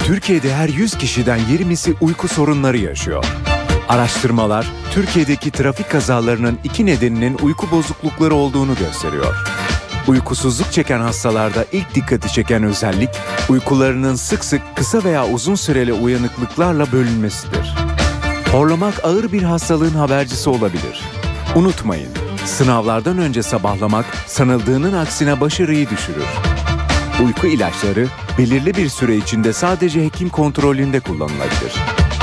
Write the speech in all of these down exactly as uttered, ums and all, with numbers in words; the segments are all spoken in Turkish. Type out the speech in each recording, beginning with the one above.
Türkiye'de her yüz kişiden yirmisi uyku sorunları yaşıyor. Araştırmalar, Türkiye'deki trafik kazalarının iki nedeninin uyku bozuklukları olduğunu gösteriyor. Uykusuzluk çeken hastalarda ilk dikkati çeken özellik, uykularının sık sık kısa veya uzun süreli uyanıklıklarla bölünmesidir. Horlamak ağır bir hastalığın habercisi olabilir. Unutmayın, sınavlardan önce sabahlamak sanıldığının aksine başarıyı düşürür. Uyku ilaçları belirli bir süre içinde sadece hekim kontrolünde kullanılabilir.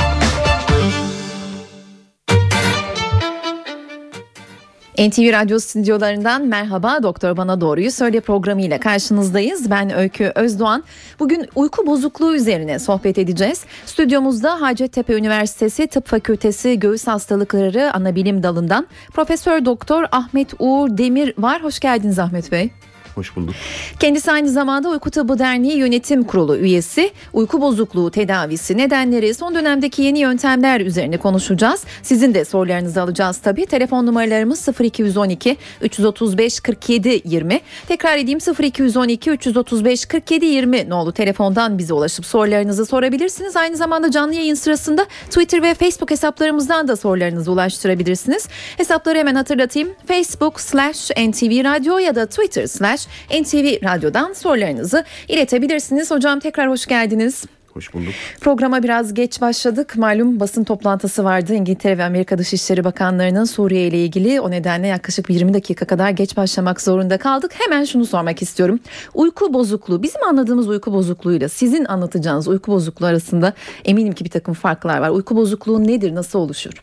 N T V Radyo stüdyolarından merhaba, Doktor Bana Doğruyu Söyle programıyla karşınızdayız. Ben Öykü Özdoğan. Bugün uyku bozukluğu üzerine sohbet edeceğiz. Stüdyomuzda Hacettepe Üniversitesi Tıp Fakültesi Göğüs Hastalıkları Anabilim Dalı'ndan Profesör Doktor Ahmet Uğur Demir var. Hoş geldiniz Ahmet Bey. Hoş bulduk. Kendisi aynı zamanda Uyku Tıbbı Derneği Yönetim Kurulu üyesi. Uyku bozukluğu tedavisi, nedenleri, son dönemdeki yeni yöntemler üzerine konuşacağız. Sizin de sorularınızı alacağız tabii. Telefon numaralarımız sıfır iki on iki üç otuz beş kırk yedi yirmi. Tekrar edeyim, sıfır iki on iki üç otuz beş kırk yedi yirmi nolu telefondan bize ulaşıp sorularınızı sorabilirsiniz. Aynı zamanda canlı yayın sırasında Twitter ve Facebook hesaplarımızdan da sorularınızı ulaştırabilirsiniz. Hesapları hemen hatırlatayım. Facebook slash N T V Radyo ya da Twitter slash N T V Radyo'dan sorularınızı iletebilirsiniz. Hocam tekrar hoş geldiniz. Hoş bulduk. Programa biraz geç başladık. Malum basın toplantısı vardı. İngiltere ve Amerika Dışişleri Bakanlarının Suriye ile ilgili. O nedenle yaklaşık yirmi dakika kadar geç başlamak zorunda kaldık. Hemen şunu sormak istiyorum. Uyku bozukluğu, bizim anladığımız uyku bozukluğuyla sizin anlatacağınız uyku bozukluğu arasında eminim ki bir takım farklar var. Uyku bozukluğu nedir, nasıl oluşur?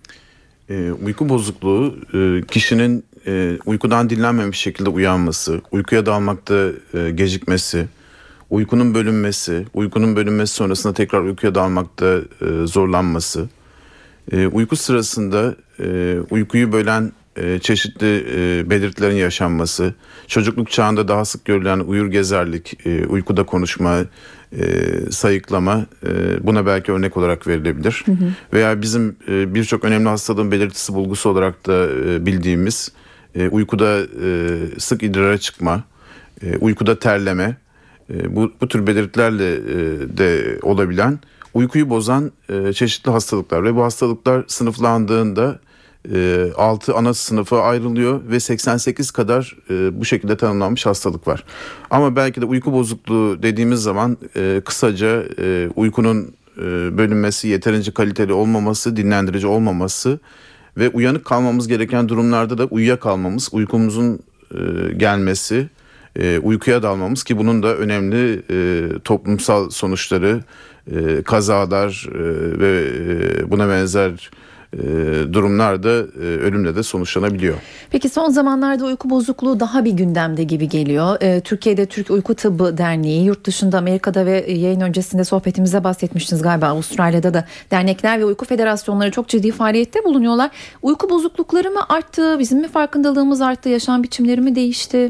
Ee, uyku bozukluğu e, kişinin e, uykudan dinlenmemiş şekilde uyanması, uykuya dalmakta e, gecikmesi, uykunun bölünmesi, uykunun bölünmesi sonrasında tekrar uykuya dalmakta e, zorlanması, e, uyku sırasında e, uykuyu bölen e, çeşitli e, belirtilerin yaşanması, çocukluk çağında daha sık görülen uyur gezerlik, e, uykuda konuşma, e, sayıklama, e, buna belki örnek olarak verilebilir. Hı hı. Veya bizim e, birçok önemli hastalığın belirtisi bulgusu olarak da e, bildiğimiz e, uykuda e, sık idrara çıkma, e, uykuda terleme, e, bu, bu tür belirtilerle e, de olabilen uykuyu bozan e, çeşitli hastalıklar ve bu hastalıklar sınıflandığında E, altı ana sınıfa ayrılıyor ve seksen sekiz kadar e, bu şekilde tanımlanmış hastalık var. Ama belki de uyku bozukluğu dediğimiz zaman e, kısaca e, uykunun e, bölünmesi, yeterince kaliteli olmaması, dinlendirici olmaması ve uyanık kalmamız gereken durumlarda da uyuyakalmamız, uykumuzun e, gelmesi, e, uykuya dalmamız ki bunun da önemli e, toplumsal sonuçları, e, kazalar e, ve e, buna benzer durumlarda ölümle de sonuçlanabiliyor. Peki son zamanlarda uyku bozukluğu daha bir gündemde gibi geliyor. Türkiye'de Türk Uyku Tıbbı Derneği, yurt dışında Amerika'da ve yayın öncesinde sohbetimize bahsetmiştiniz galiba, Avustralya'da da dernekler ve uyku federasyonları çok ciddi faaliyette bulunuyorlar. Uyku bozuklukları mı arttı? Bizim mi farkındalığımız arttı? Yaşam biçimleri mi değişti?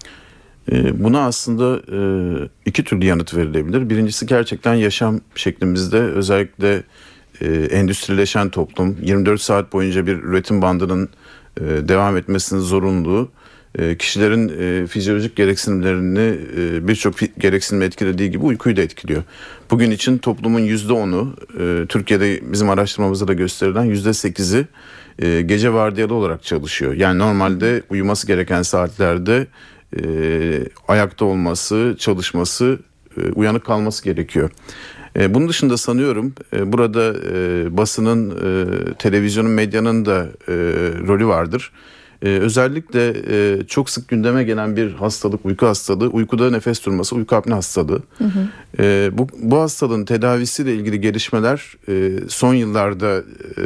Buna aslında iki türlü yanıt verilebilir. Birincisi gerçekten yaşam şeklimizde, özellikle endüstrileşen toplum, yirmi dört saat boyunca bir üretim bandının devam etmesinin zorunluluğu kişilerin fizyolojik gereksinimlerini birçok gereksinimi etkilediği gibi uykuyu da etkiliyor. Bugün için toplumun yüzde onu, Türkiye'de bizim araştırmamızda da gösterilen yüzde sekizi gece vardiyalı olarak çalışıyor. Yani normalde uyuması gereken saatlerde ayakta olması, çalışması, uyanık kalması gerekiyor. Bunun dışında sanıyorum burada basının, televizyonun, medyanın da rolü vardır. Özellikle çok sık gündeme gelen bir hastalık, uyku hastalığı, uykuda nefes durması, uyku apne hastalığı. Hı hı. Bu, bu hastalığın tedavisiyle ilgili gelişmeler son yıllarda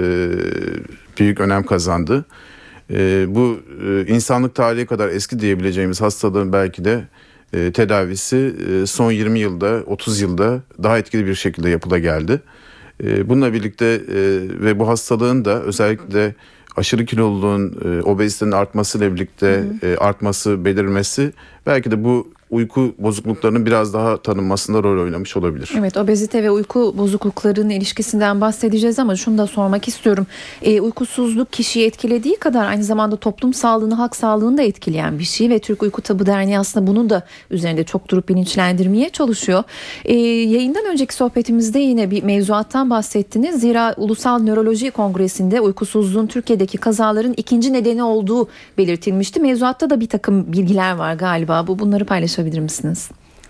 büyük önem kazandı. Bu insanlık tarihi kadar eski diyebileceğimiz hastalığın belki de E, tedavisi e, son yirmi yılda, otuz yılda daha etkili bir şekilde yapıla geldi. E, bununla birlikte e, ve bu hastalığın da özellikle aşırı kiloluluğun, e, obezitenin artmasıyla birlikte e, artması, belirmesi belki de bu uyku bozukluklarının biraz daha tanınmasında rol oynamış olabilir. Evet, obezite ve uyku bozukluklarının ilişkisinden bahsedeceğiz ama şunu da sormak istiyorum. E, uykusuzluk kişiyi etkilediği kadar aynı zamanda toplum sağlığını, halk sağlığını da etkileyen bir şey ve Türk Uyku Tabı Derneği aslında bunun da üzerinde çok durup bilinçlendirmeye çalışıyor. E, yayından önceki sohbetimizde yine bir mevzuattan bahsettiniz. Zira Ulusal Nöroloji Kongresi'nde uykusuzluğun Türkiye'deki kazaların ikinci nedeni olduğu belirtilmişti. Mevzuatta da bir takım bilgiler var galiba. Bu bunları paylaşabilir misiniz?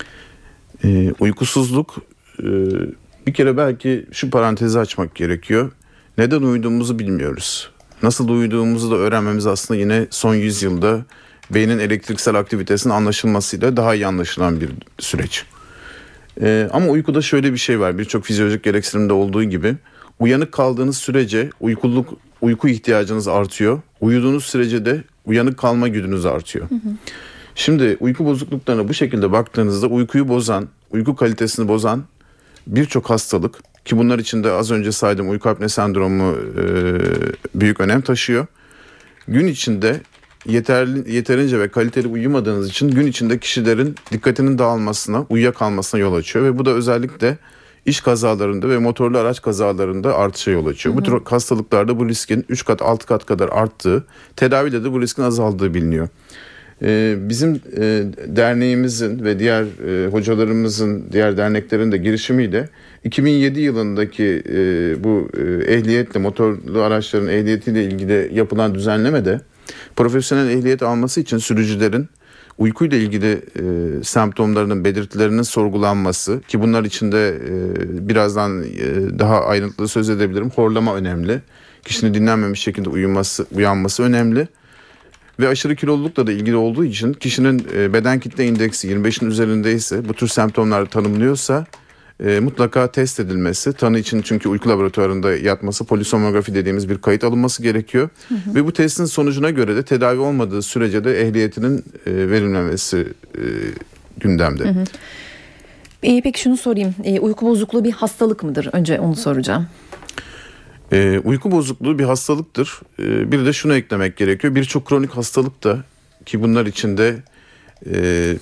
Ee, uykusuzluk e, bir kere belki şu parantezi açmak gerekiyor. Neden uyuduğumuzu bilmiyoruz. Nasıl uyuduğumuzu da öğrenmemiz aslında yine son yüzyılda beynin elektriksel aktivitesinin anlaşılmasıyla daha iyi anlaşılan bir süreç. Ee, ama uykuda şöyle bir şey var. Birçok fizyolojik gereksinimde olduğu gibi uyanık kaldığınız sürece uykuluk uyku ihtiyacınız artıyor. Uyuduğunuz sürece de uyanık kalma güdünüz artıyor. Hı hı. Şimdi uyku bozukluklarına bu şekilde baktığınızda uykuyu bozan, uyku kalitesini bozan birçok hastalık ki bunlar içinde az önce saydığım uyku apne sendromu e, büyük önem taşıyor. Gün içinde yeterli yeterince ve kaliteli uyumadığınız için gün içinde kişilerin dikkatinin dağılmasına, uyuyakalmasına yol açıyor ve bu da özellikle iş kazalarında ve motorlu araç kazalarında artışa yol açıyor. Hı hı. Bu tür hastalıklarda bu riskin üç kat altı kat kadar arttığı, tedavide de bu riskin azaldığı biliniyor. Ee, bizim e, derneğimizin ve diğer e, hocalarımızın, diğer derneklerin de girişimiyle iki bin yedi yılındaki e, bu e, ehliyetle, motorlu araçların ehliyetiyle ilgili yapılan düzenlemede profesyonel ehliyet alması için sürücülerin uykuyla ilgili e, semptomlarının, belirtilerinin sorgulanması ki bunlar içinde e, birazdan e, daha ayrıntılı söz edebilirim. Horlama önemli. Kişinin dinlenmemiş şekilde uyuması, uyanması önemli. Ve aşırı kilolulukla da ilgili olduğu için kişinin e, beden kitle indeksi yirmi beşin üzerindeyse, bu tür semptomlar tanımlıyorsa e, mutlaka test edilmesi, tanı için çünkü uyku laboratuvarında yatması, polisonografi dediğimiz bir kayıt alınması gerekiyor. Hı hı. Ve bu testin sonucuna göre de tedavi olmadığı sürece de ehliyetinin e, verilmemesi e, gündemde. Hı hı. E, peki şunu sorayım, e, uyku bozukluğu bir hastalık mıdır? Önce onu soracağım. Ee, uyku bozukluğu bir hastalıktır. Ee, bir de şunu eklemek gerekiyor. Birçok kronik hastalık da ki bunlar içinde e,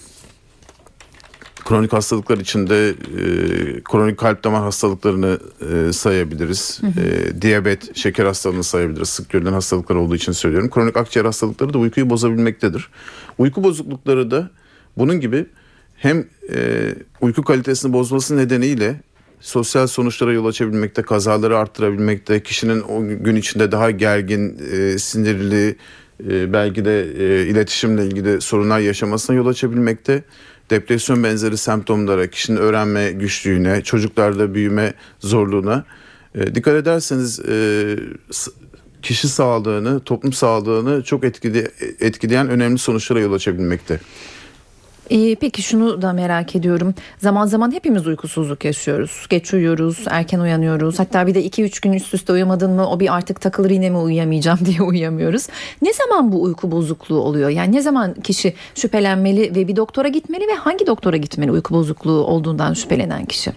kronik hastalıklar içinde e, kronik kalp damar hastalıklarını e, sayabiliriz. Hı hı. E, diyabet, şeker hastalığını sayabiliriz. Sık görülen hastalıklar olduğu için söylüyorum. Kronik akciğer hastalıkları da uykuyu bozabilmektedir. Uyku bozuklukları da bunun gibi hem e, uyku kalitesini bozması nedeniyle sosyal sonuçlara yol açabilmekte, kazaları arttırabilmekte, kişinin o gün içinde daha gergin, e, sinirli, e, belki de e, iletişimle ilgili sorunlar yaşamasına yol açabilmekte. Depresyon benzeri semptomlara, kişinin öğrenme güçlüğüne, çocuklarda büyüme zorluğuna e, dikkat ederseniz e, kişi sağlığını, toplum sağlığını çok etkili, etkileyen önemli sonuçlara yol açabilmekte. Ee, peki şunu da merak ediyorum. Zaman zaman hepimiz uykusuzluk yaşıyoruz. Geç uyuyoruz, erken uyanıyoruz. Hatta bir de iki üç gün üst üste uyumadın mı o bir artık takılır yine mi uyuyamayacağım diye uyuyamıyoruz. Ne zaman bu uyku bozukluğu oluyor? Yani ne zaman kişi şüphelenmeli ve bir doktora gitmeli ve hangi doktora gitmeli uyku bozukluğu olduğundan şüphelenen kişi?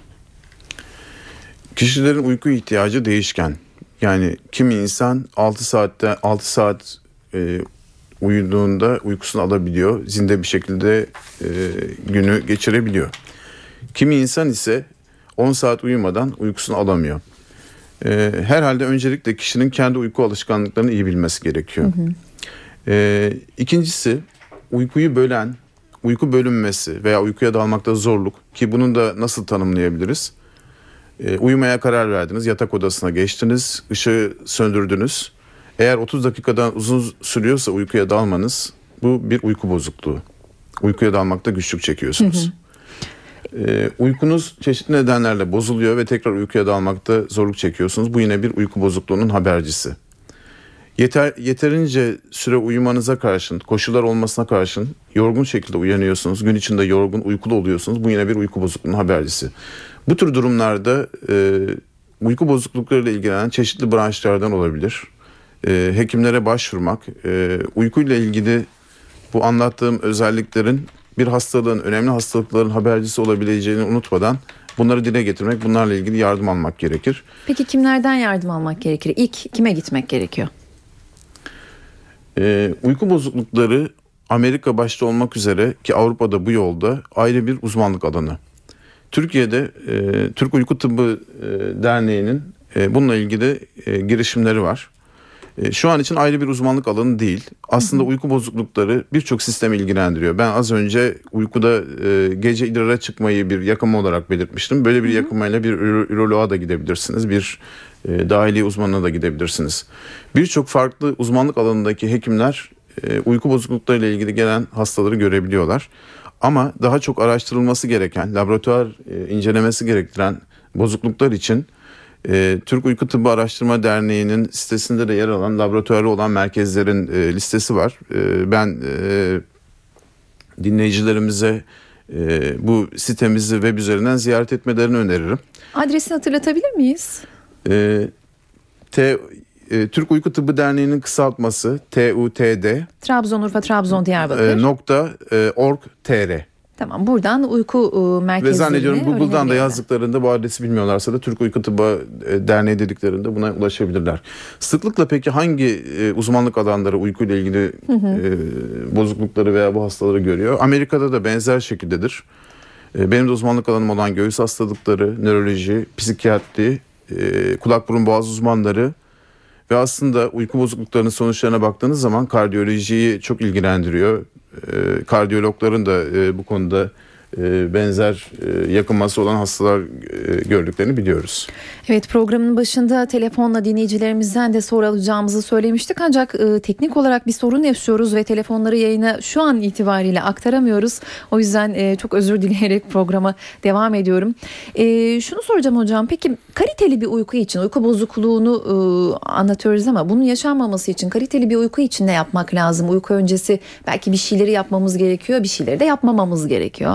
Kişilerin uyku ihtiyacı değişken. Yani kimi insan altı saatte altı saat e, uyuduğunda uykusunu alabiliyor. Zinde bir şekilde e, günü geçirebiliyor. Kimi insan ise on saat uyumadan uykusunu alamıyor. E, herhalde öncelikle kişinin kendi uyku alışkanlıklarını iyi bilmesi gerekiyor. Hı hı. E, ikincisi uykuyu bölen, uyku bölünmesi veya uykuya dalmakta zorluk ki bunu da nasıl tanımlayabiliriz? E, uyumaya karar verdiniz, yatak odasına geçtiniz, ışığı söndürdünüz. Eğer otuz dakikadan uzun sürüyorsa uykuya dalmanız bu bir uyku bozukluğu. Uykuya dalmakta güçlük çekiyorsunuz. Hı hı. Ee, uykunuz çeşitli nedenlerle bozuluyor ve tekrar uykuya dalmakta zorluk çekiyorsunuz. Bu yine bir uyku bozukluğunun habercisi. Yeter, yeterince süre uyumanıza karşın, koşullar olmasına karşın yorgun şekilde uyanıyorsunuz. Gün içinde yorgun, uykulu oluyorsunuz. Bu yine bir uyku bozukluğunun habercisi. Bu tür durumlarda e, uyku bozukluklarıyla ilgilenen çeşitli branşlardan olabilir. E, hekimlere başvurmak, e, uykuyla ilgili bu anlattığım özelliklerin bir hastalığın, önemli hastalıkların habercisi olabileceğini unutmadan bunları dile getirmek, bunlarla ilgili yardım almak gerekir. Peki kimlerden yardım almak gerekir? İlk kime gitmek gerekiyor? E, uyku bozuklukları Amerika başta olmak üzere ki Avrupa'da bu yolda ayrı bir uzmanlık alanı. Türkiye'de e, Türk Uyku Tıbbı e, Derneği'nin e, bununla ilgili e, girişimleri var. E, şu an için ayrı bir uzmanlık alanı değil. Aslında hı hı. uyku bozuklukları birçok sistemi ilgilendiriyor. Ben az önce uykuda e, gece idrara çıkmayı bir yakınma olarak belirtmiştim. Böyle bir hı hı. yakınmayla bir üroloğa da gidebilirsiniz. Bir e, dahiliye uzmanına da gidebilirsiniz. Birçok farklı uzmanlık alanındaki hekimler e, uyku bozukluklarıyla ilgili gelen hastaları görebiliyorlar. Ama daha çok araştırılması gereken, laboratuvar e, incelemesi gerektiren bozukluklar için e, Türk Uyku Tıbbı Araştırma Derneği'nin sitesinde de yer alan laboratuvarı olan merkezlerin e, listesi var. E, ben e, dinleyicilerimize e, bu sitemizi web üzerinden ziyaret etmelerini öneririm. Adresini hatırlatabilir miyiz? E, T e, Türk Uyku Tıbbı Derneği'nin kısaltması T U T D Trabzon, Urfa, Trabzon, Diyarbakır e, nokta e, org tr. Tamam, buradan uyku e, merkezlerini Ve zannediyorum Google'dan da yazdıklarında bu adresi bilmiyorlarsa da Türk Uyku Tıbbı Derneği dediklerinde buna ulaşabilirler. Sıklıkla peki hangi e, uzmanlık alanları uykuyla ilgili hı hı. E, bozuklukları veya bu hastaları görüyor? Amerika'da da benzer şekildedir. E, benim de uzmanlık alanım olan göğüs hastalıkları, nöroloji, psikiyatri, e, kulak burun boğaz uzmanları ve aslında uyku bozukluklarının sonuçlarına baktığınız zaman kardiyolojiyi çok ilgilendiriyor. E, kardiyologların da e, bu konuda e, benzer e, yakınması olan hastalar e, gördüklerini biliyoruz. Evet, programın başında telefonla dinleyicilerimizden de soru alacağımızı söylemiştik. Ancak e, teknik olarak bir sorun yaşıyoruz ve telefonları yayına şu an itibariyle aktaramıyoruz. O yüzden e, çok özür dileyerek programa devam ediyorum. E, şunu soracağım hocam. Peki kaliteli bir uyku için, uyku bozukluğunu e, anlatıyoruz ama bunun yaşanmaması için kaliteli bir uyku için ne yapmak lazım? Uyku öncesi belki bir şeyleri yapmamız gerekiyor, bir şeyleri de yapmamamız gerekiyor.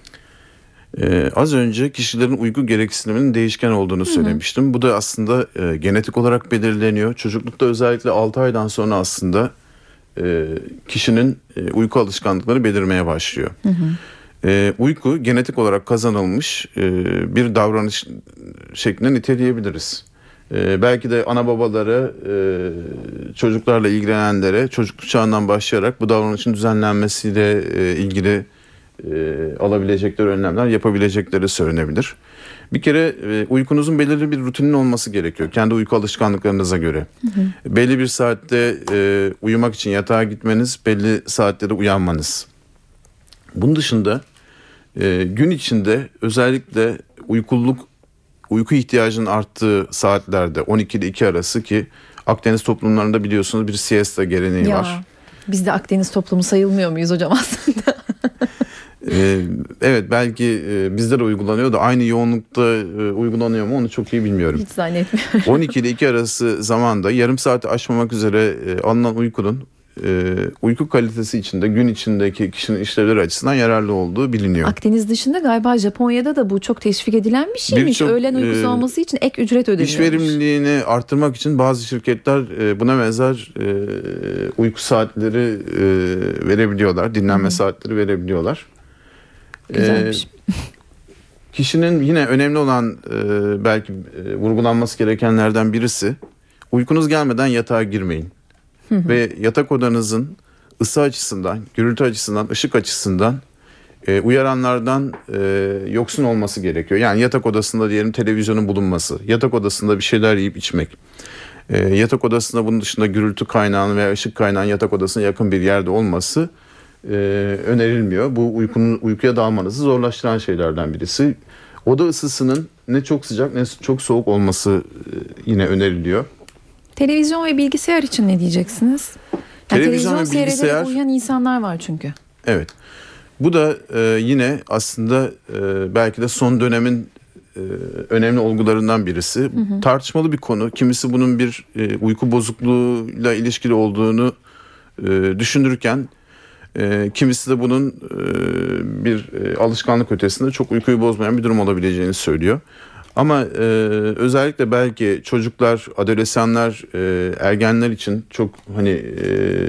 Ee, az önce kişilerin uyku gereksiniminin değişken olduğunu söylemiştim. Hı hı. Bu da aslında e, genetik olarak belirleniyor. Çocuklukta özellikle altı aydan sonra aslında e, kişinin e, uyku alışkanlıkları belirmeye başlıyor. Hı hı. E, uyku genetik olarak kazanılmış e, bir davranış şekline niteleyebiliriz. E, belki de ana babaları e, çocuklarla ilgilenenlere çocukluk çağından başlayarak bu davranışın düzenlenmesiyle e, ilgili E, alabilecekleri önlemler yapabilecekleri söylenebilir. Bir kere e, uykunuzun belirli bir rutinin olması gerekiyor. Kendi uyku alışkanlıklarınıza göre. Hı hı. Belli bir saatte e, uyumak için yatağa gitmeniz, belli saatlerde uyanmanız. Bunun dışında e, gün içinde özellikle uykuluk, uyku ihtiyacının arttığı saatlerde on iki ile iki arası ki Akdeniz toplumlarında biliyorsunuz bir siesta geleneği ya, var. Biz de Akdeniz toplumu sayılmıyor muyuz hocam aslında? Ee, evet belki e, bizde de uygulanıyor da aynı yoğunlukta e, uygulanıyor mu onu çok iyi bilmiyorum. Hiç zannetmiyorum. on iki ile iki arası zamanda yarım saati aşmamak üzere e, alınan uykunun e, uyku kalitesi içinde gün içindeki kişinin işlevleri açısından yararlı olduğu biliniyor. Akdeniz dışında galiba Japonya'da da bu çok teşvik edilen bir şeymiş. Birçok, Öğlen uykusu e, olması için ek ücret ödeniyormuş. İş verimliliğini arttırmak için bazı şirketler e, buna benzer e, uyku saatleri e, verebiliyorlar. Dinlenme Hı-hı. saatleri verebiliyorlar. Güzelmiş. Ee, kişinin yine önemli olan e, belki e, vurgulanması gerekenlerden birisi uykunuz gelmeden yatağa girmeyin. Hı hı. Ve yatak odanızın ısı açısından, gürültü açısından, ışık açısından e, uyaranlardan e, yoksun olması gerekiyor. Yani yatak odasında diyelim televizyonun bulunması, yatak odasında bir şeyler yiyip içmek. E, yatak odasında bunun dışında gürültü kaynağının veya ışık kaynağının yatak odasına yakın bir yerde olması Ee, önerilmiyor. Bu uykunun, uykuya dalmanızı zorlaştıran şeylerden birisi. Oda ısısının ne çok sıcak ne çok soğuk olması e, yine öneriliyor. Televizyon ve bilgisayar için ne diyeceksiniz? Yani televizyon, televizyon ve bilgisayar uyuyan insanlar var çünkü. Evet. Bu da e, yine aslında e, belki de son dönemin e, önemli olgularından birisi. Hı hı. Tartışmalı bir konu. Kimisi bunun bir e, uyku bozukluğuyla ilişkili olduğunu e, düşünürken E, kimisi de bunun e, bir e, alışkanlık ötesinde çok uykuyu bozmayan bir durum olabileceğini söylüyor. Ama e, özellikle belki çocuklar, adoleskanlar, e, ergenler için çok hani e,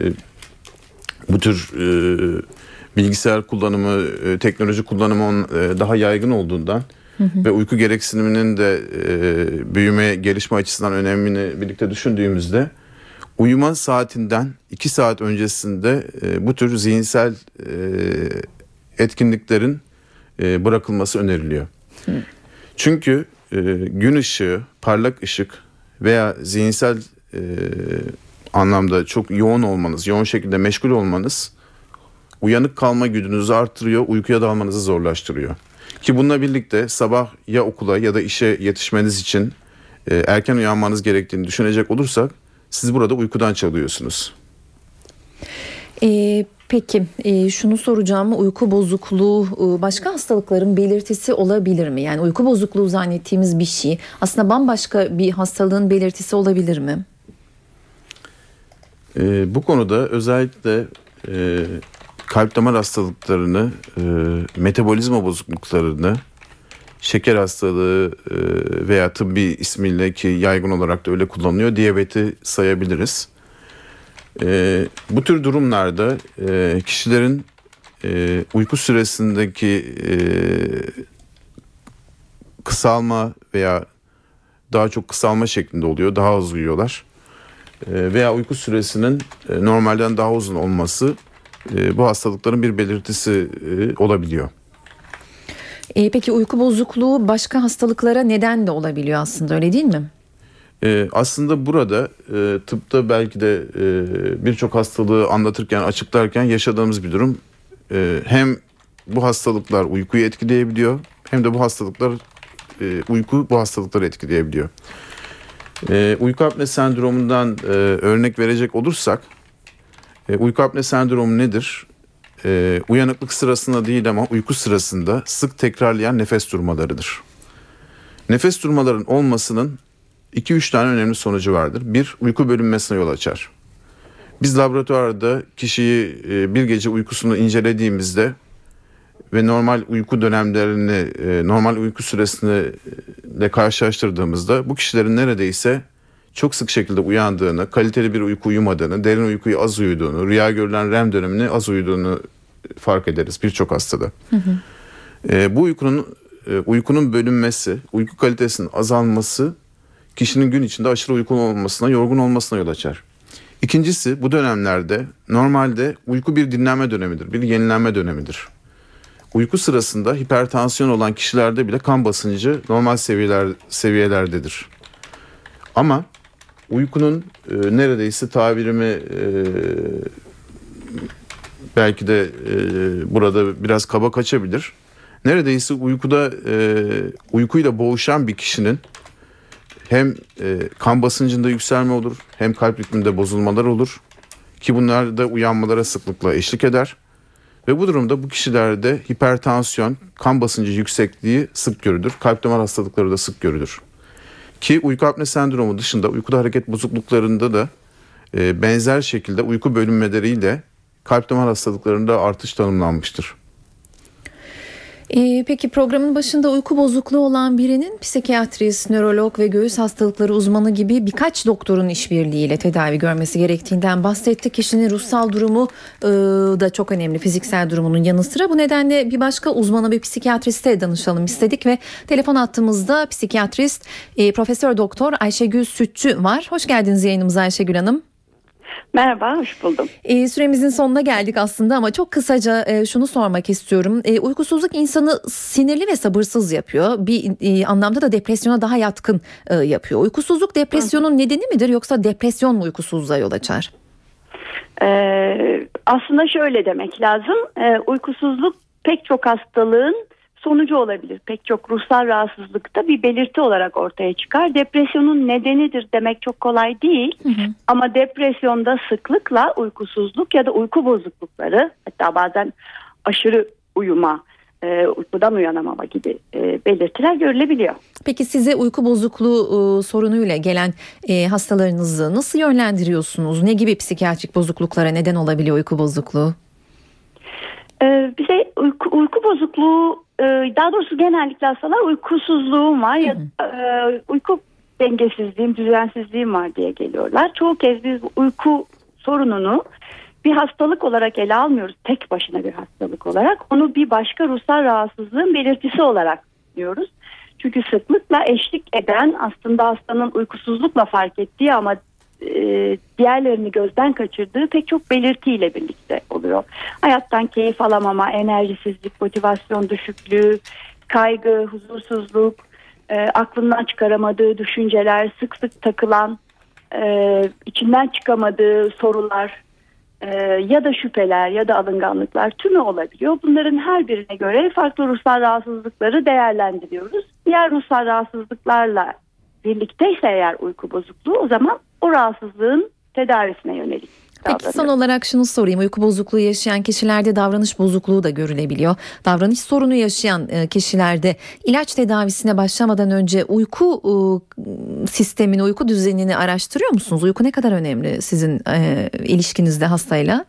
bu tür e, bilgisayar kullanımı, e, teknoloji kullanımı e, daha yaygın olduğundan hı hı. ve uyku gereksiniminin de e, büyüme, gelişme açısından önemini birlikte düşündüğümüzde Uyuma saatinden iki saat öncesinde e, bu tür zihinsel e, etkinliklerin e, bırakılması öneriliyor. Hı. Çünkü e, gün ışığı, parlak ışık veya zihinsel e, anlamda çok yoğun olmanız, yoğun şekilde meşgul olmanız uyanık kalma gücünüzü artırıyor, uykuya dalmanızı zorlaştırıyor. Ki bununla birlikte sabah ya okula ya da işe yetişmeniz için e, erken uyanmanız gerektiğini düşünecek olursak siz burada uykudan çalıyorsunuz. Ee, peki e, şunu soracağım, uyku bozukluğu e, başka hastalıkların belirtisi olabilir mi? Yani uyku bozukluğu zannettiğimiz bir şey aslında bambaşka bir hastalığın belirtisi olabilir mi? E, bu konuda özellikle e, kalp damar hastalıklarını, e, metabolizma bozukluklarını, şeker hastalığı e, veya tıbbi ismiyle ki yaygın olarak da öyle kullanılıyor, diyabeti sayabiliriz. E, bu tür durumlarda e, kişilerin e, uyku süresindeki e, kısalma veya daha çok kısalma şeklinde oluyor, daha az uyuyorlar. E, veya uyku süresinin e, normalden daha uzun olması e, bu hastalıkların bir belirtisi e, olabiliyor. E, peki uyku bozukluğu başka hastalıklara neden de olabiliyor aslında, öyle değil mi? E, aslında burada e, tıpta belki de e, birçok hastalığı anlatırken, açıklarken yaşadığımız bir durum. E, hem bu hastalıklar uykuyu etkileyebiliyor, hem de bu hastalıklar e, uyku bu hastalıkları etkileyebiliyor. E, uyku apne sendromundan e, örnek verecek olursak, e, uyku apne sendromu nedir? E, uyanıklık sırasında değil ama uyku sırasında sık tekrarlayan nefes durmalarıdır. Nefes durmaların olmasının iki üç tane önemli sonucu vardır. Bir, uyku bölünmesine yol açar. Biz laboratuvarda kişiyi e, bir gece uykusunu incelediğimizde ve normal uyku dönemlerini, e, normal uyku süresini de karşılaştırdığımızda bu kişilerin neredeyse çok sık şekilde uyandığını, kaliteli bir uyku uyumadığını, derin uykuyu az uyuduğunu, rüya görülen R E M dönemini az uyuduğunu fark ederiz birçok hastada. Hı hı. E, bu uykunun e, uykunun bölünmesi, uyku kalitesinin azalması kişinin gün içinde aşırı uykulu olmasına, yorgun olmasına yol açar. İkincisi, bu dönemlerde normalde uyku bir dinlenme dönemidir, bir yenilenme dönemidir. Uyku sırasında hipertansiyon olan kişilerde bile kan basıncı normal seviyeler seviyelerdedir. Ama uykunun e, neredeyse tabirimi e, belki de e, burada biraz kaba kaçabilir. Neredeyse uykuda e, uykuyla boğuşan bir kişinin hem e, kan basıncında yükselme olur, hem kalp ritminde bozulmalar olur ki bunlar da uyanmalara sıklıkla eşlik eder. Ve bu durumda bu kişilerde hipertansiyon, kan basıncı yüksekliği sık görülür. Kalp damar hastalıkları da sık görülür. Ki uyku apne sendromu dışında uykuda hareket bozukluklarında da e, benzer şekilde uyku bölünmeleriyle kalp damar hastalıklarında artış tanımlanmıştır. Ee, peki programın başında uyku bozukluğu olan birinin psikiyatrist, nörolog ve göğüs hastalıkları uzmanı gibi birkaç doktorun işbirliğiyle tedavi görmesi gerektiğinden bahsetti. Kişinin ruhsal durumu e, da çok önemli, fiziksel durumunun yanı sıra. Bu nedenle bir başka uzmana, bir psikiyatriste danışalım istedik ve telefon hattımızda psikiyatrist e, Profesör Doktor Ayşegül Sütçü var. Hoş geldiniz yayınımıza Ayşegül Hanım. Merhaba, hoş buldum. E, süremizin sonuna geldik aslında ama çok kısaca e, şunu sormak istiyorum. E, uykusuzluk insanı sinirli ve sabırsız yapıyor. Bir e, anlamda da depresyona daha yatkın e, yapıyor. Uykusuzluk depresyonun Hı. nedeni midir yoksa depresyon mu uykusuzluğa yol açar? Ee, aslında şöyle demek lazım. Ee, uykusuzluk pek çok hastalığın sonucu olabilir. Pek çok ruhsal rahatsızlıkta bir belirti olarak ortaya çıkar. Depresyonun nedenidir demek çok kolay değil. Hı hı. Ama depresyonda sıklıkla uykusuzluk ya da uyku bozuklukları, hatta bazen aşırı uyuma, e, uykudan uyanamama gibi e, belirtiler görülebiliyor. Peki size uyku bozukluğu e, sorunuyla gelen e, hastalarınızı nasıl yönlendiriyorsunuz? Ne gibi psikiyatrik bozukluklara neden olabiliyor uyku bozukluğu? Ee, bize uyku, uyku bozukluğu, daha doğrusu genellikle hastalar uykusuzluğum var ya da e, uyku dengesizliğim, düzensizliğim var diye geliyorlar. Çoğu kez biz uyku sorununu bir hastalık olarak ele almıyoruz. Tek başına bir hastalık olarak. Onu bir başka ruhsal rahatsızlığın belirtisi olarak diyoruz. Çünkü sıklıkla eşlik eden, aslında hastanın uykusuzlukla fark ettiği ama e, diğerlerini gözden kaçırdığı pek çok belirtiyle birlikte oluyor. Hayattan keyif alamama, enerjisizlik, motivasyon düşüklüğü, kaygı, huzursuzluk, e, aklından çıkaramadığı düşünceler, sık sık takılan, e, içinden çıkamadığı sorular e, ya da şüpheler ya da alınganlıklar tümü olabiliyor. Bunların her birine göre farklı ruhsal rahatsızlıkları değerlendiriyoruz. Diğer ruhsal rahatsızlıklarla birlikteyse eğer uyku bozukluğu, o zaman o rahatsızlığın tedavisine yönelik davranıyoruz. Peki son olarak şunu sorayım. Uyku bozukluğu yaşayan kişilerde davranış bozukluğu da görülebiliyor. Davranış sorunu yaşayan kişilerde ilaç tedavisine başlamadan önce uyku sistemini, uyku düzenini araştırıyor musunuz? Uyku ne kadar önemli sizin e, ilişkinizde hastayla?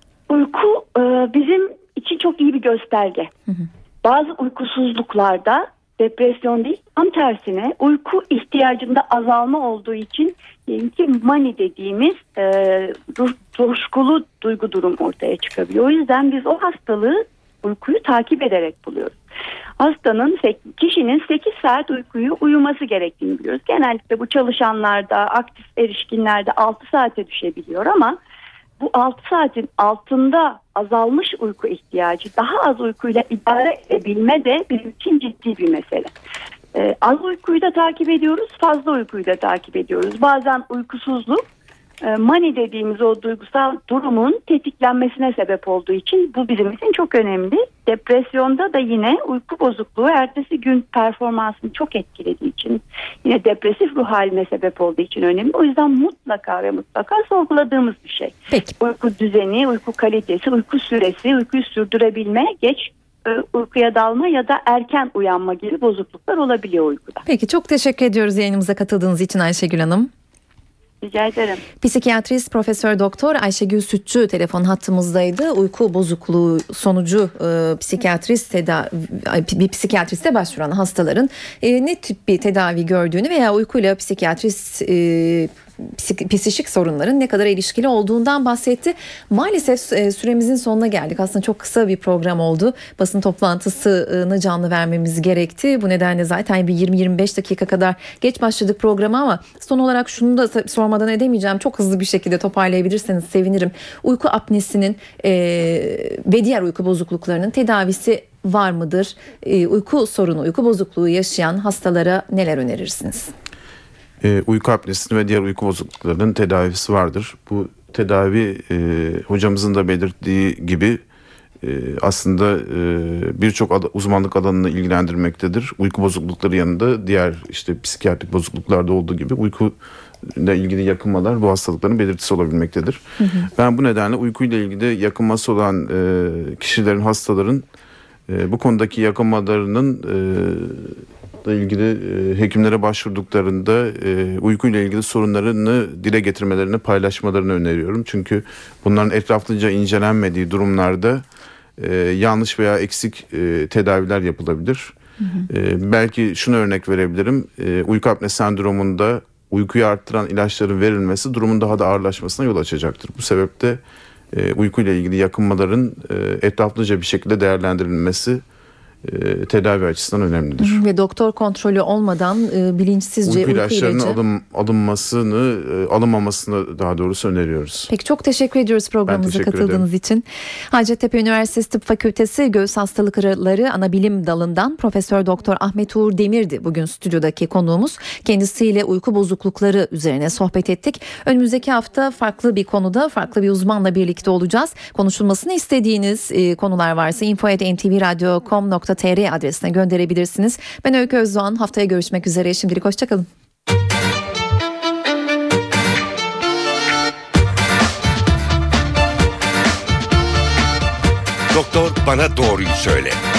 Uyku e, bizim için çok iyi bir gösterge. Hı hı. Bazı uykusuzluklarda depresyon değil, tam tersine uyku ihtiyacında azalma olduğu için diyelim ki mani dediğimiz e, ruh, coşkulu duygu durum ortaya çıkabiliyor. O yüzden biz o hastalığı uykuyu takip ederek buluyoruz. Hastanın, kişinin sekiz saat uykuyu uyuması gerektiğini biliyoruz. Genellikle bu çalışanlarda, aktif erişkinlerde altı saate düşebiliyor ama bu altı saatin altında azalmış uyku ihtiyacı, daha az uykuyla idare edebilme de bizim için ciddi bir mesele. Ee, az uykuyu da takip ediyoruz, fazla uykuyu da takip ediyoruz. Bazen uykusuzluk, e, mani dediğimiz o duygusal durumun tetiklenmesine sebep olduğu için bu bizim için çok önemli. Depresyonda da yine uyku bozukluğu ertesi gün performansını çok etkilediği için, yine depresif ruh haline sebep olduğu için önemli. O yüzden mutlaka ve mutlaka sorguladığımız bir şey. Peki. Uyku düzeni, uyku kalitesi, uyku süresi, uykuyu sürdürebilme, geç uykuya dalma ya da erken uyanma gibi bozukluklar olabiliyor uykuda. Peki, çok teşekkür ediyoruz yayınımıza katıldığınız için Ayşegül Hanım. Rica ederim. Psikiyatrist Profesör Doktor Ayşegül Sütçü telefon hattımızdaydı. Uyku bozukluğu sonucu e, psikiyatrist tedavi, bir psikiyatriste başvuran hastaların e, ne tip bir tedavi gördüğünü veya uykuyla psikiyatrist e, psikik sorunların ne kadar ilişkili olduğundan bahsetti. Maalesef süremizin sonuna geldik. Aslında çok kısa bir program oldu. Basın toplantısını canlı vermemiz gerekti. Bu nedenle zaten bir yirmi yirmi beş dakika kadar geç başladık programa ama son olarak şunu da sormadan edemeyeceğim. Çok hızlı bir şekilde toparlayabilirseniz sevinirim. Uyku apnesinin e, ve diğer uyku bozukluklarının tedavisi var mıdır? E, uyku sorunu, uyku bozukluğu yaşayan hastalara neler önerirsiniz? E, uyku apnesinin ve diğer uyku bozukluklarının tedavisi vardır. Bu tedavi e, hocamızın da belirttiği gibi e, aslında e, birçok ad- uzmanlık alanını ilgilendirmektedir. Uyku bozuklukları yanında diğer işte psikiyatrik bozukluklarda olduğu gibi uyku ile ilgili yakınmalar bu hastalıkların belirtisi olabilmektedir. Hı hı. Ben bu nedenle uykuyla ilgili yakınması olan e, kişilerin, hastaların e, bu konudaki yakınmalarının e, ilgili e, hekimlere başvurduklarında e, uykuyla ilgili sorunlarını dile getirmelerini, paylaşmalarını öneriyorum. Çünkü bunların etraflıca incelenmediği durumlarda e, yanlış veya eksik e, tedaviler yapılabilir. Hı hı. E, belki şunu örnek verebilirim. E, uyku apnesi sendromunda uykuyu arttıran ilaçların verilmesi durumun daha da ağırlaşmasına yol açacaktır. Bu sebeple e, uykuyla ilgili yakınmaların e, etraflıca bir şekilde değerlendirilmesi E, tedavi açısından önemlidir. Ve doktor kontrolü olmadan e, bilinçsizce uyku, uyku ilaçlarının ilacı alım, alınmasını, e, alınmamasını daha doğrusu öneriyoruz. Peki, çok teşekkür ediyoruz programımıza teşekkür katıldığınız ederim. için. Hacettepe Üniversitesi Tıp Fakültesi Göğüs Hastalıkları Anabilim Dalı'ndan Profesör Doktor Ahmet Uğur Demir'di bugün stüdyodaki konuğumuz. Kendisiyle uyku bozuklukları üzerine sohbet ettik. Önümüzdeki hafta farklı bir konuda, farklı bir uzmanla birlikte olacağız. Konuşulmasını istediğiniz e, konular varsa info at n t v radyo nokta com nokta t r adresine gönderebilirsiniz. Ben Öykü Özdoğan. Haftaya görüşmek üzere. Şimdilik hoşçakalın. Doktor bana doğruyu söyle.